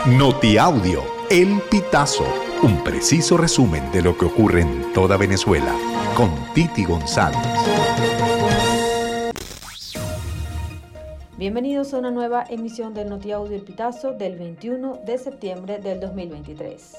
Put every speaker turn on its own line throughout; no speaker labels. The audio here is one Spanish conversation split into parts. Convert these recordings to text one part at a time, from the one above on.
Notiaudio, El Pitazo, un preciso resumen de lo que ocurre en toda Venezuela, con Titi González.
Bienvenidos a una nueva emisión del Notiaudio El Pitazo del 21 de septiembre del 2023.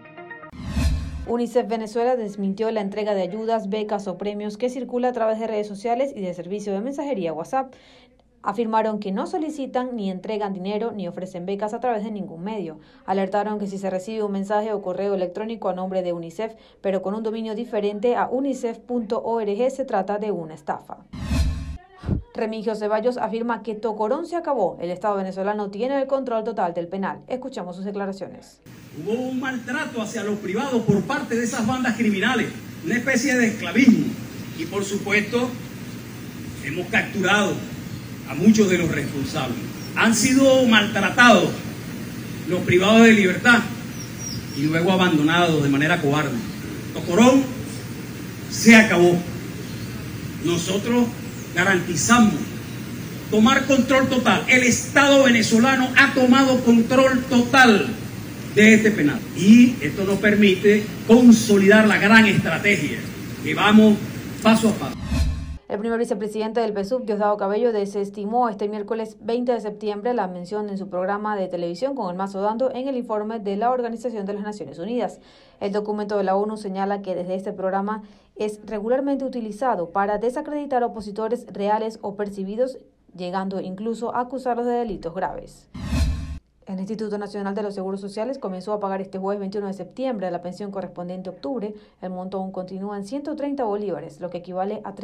UNICEF Venezuela desmintió la entrega de ayudas, becas o premios que circula a través de redes sociales y de servicio de mensajería WhatsApp. Afirmaron que no solicitan ni entregan dinero ni ofrecen becas a través de ningún medio. Alertaron que si se recibe un mensaje o correo electrónico a nombre de UNICEF, pero con un dominio diferente a unicef.org, se trata de una estafa. Remigio Ceballos afirma que Tocorón se acabó. El Estado venezolano tiene el control total del penal. Escuchamos sus declaraciones.
Hubo un maltrato hacia los privados por parte de esas bandas criminales, una especie de esclavismo. Y por supuesto, hemos capturado a muchos de los responsables. Han sido maltratados los privados de libertad y luego abandonados de manera cobarde. Tocorón se acabó. Nosotros garantizamos tomar control total. El Estado venezolano ha tomado control total de este penal. Y esto nos permite consolidar la gran estrategia que vamos paso a paso.
El primer vicepresidente del PSUV, Diosdado Cabello, desestimó este miércoles 20 de septiembre la mención en su programa de televisión con el mazo dando en el informe de la Organización de las Naciones Unidas. El documento de la ONU señala que desde este programa es regularmente utilizado para desacreditar opositores reales o percibidos, llegando incluso a acusarlos de delitos graves. El Instituto Nacional de los Seguros Sociales comenzó a pagar este jueves 21 de septiembre la pensión correspondiente a octubre. El monto aún continúa en 130 bolívares, lo que equivale a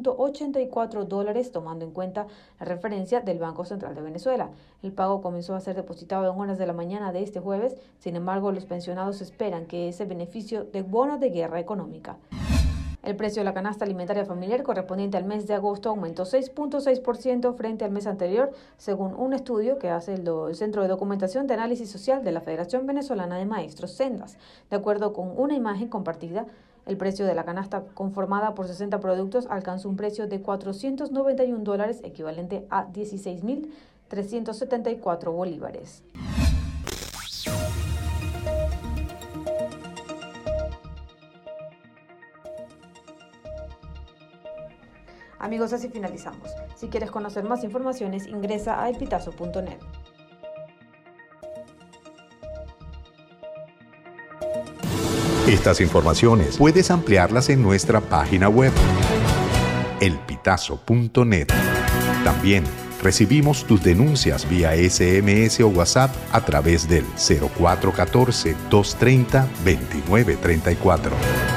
$3.84, tomando en cuenta la referencia del Banco Central de Venezuela. El pago comenzó a ser depositado en horas de la mañana de este jueves. Sin embargo, los pensionados esperan que ese beneficio de bono de guerra económica. El precio de la canasta alimentaria familiar correspondiente al mes de agosto aumentó 6.6% frente al mes anterior, según un estudio que hace el Centro de Documentación de Análisis Social de la Federación Venezolana de Maestros, Sendas. De acuerdo con una imagen compartida, el precio de la canasta conformada por 60 productos alcanzó un precio de $491, equivalente a 16.374 bolívares. Amigos, así finalizamos. Si quieres conocer más informaciones, ingresa a elpitazo.net.
Estas informaciones puedes ampliarlas en nuestra página web, elpitazo.net. También recibimos tus denuncias vía SMS o WhatsApp a través del 0414-230-2934.